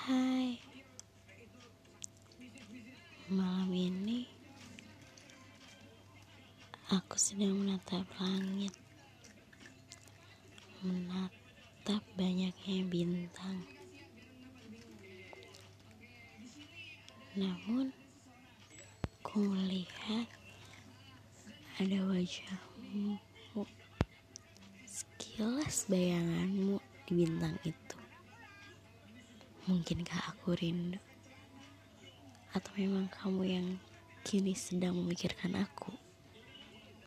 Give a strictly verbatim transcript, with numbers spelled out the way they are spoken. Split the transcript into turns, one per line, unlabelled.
Hai, malam ini aku sedang menatap langit, menatap banyaknya bintang. Namun, ku melihat ada wajahmu, sekilas bayanganmu di bintang itu. Mungkinkah aku rindu? Atau memang kamu yang kini sedang memikirkan aku?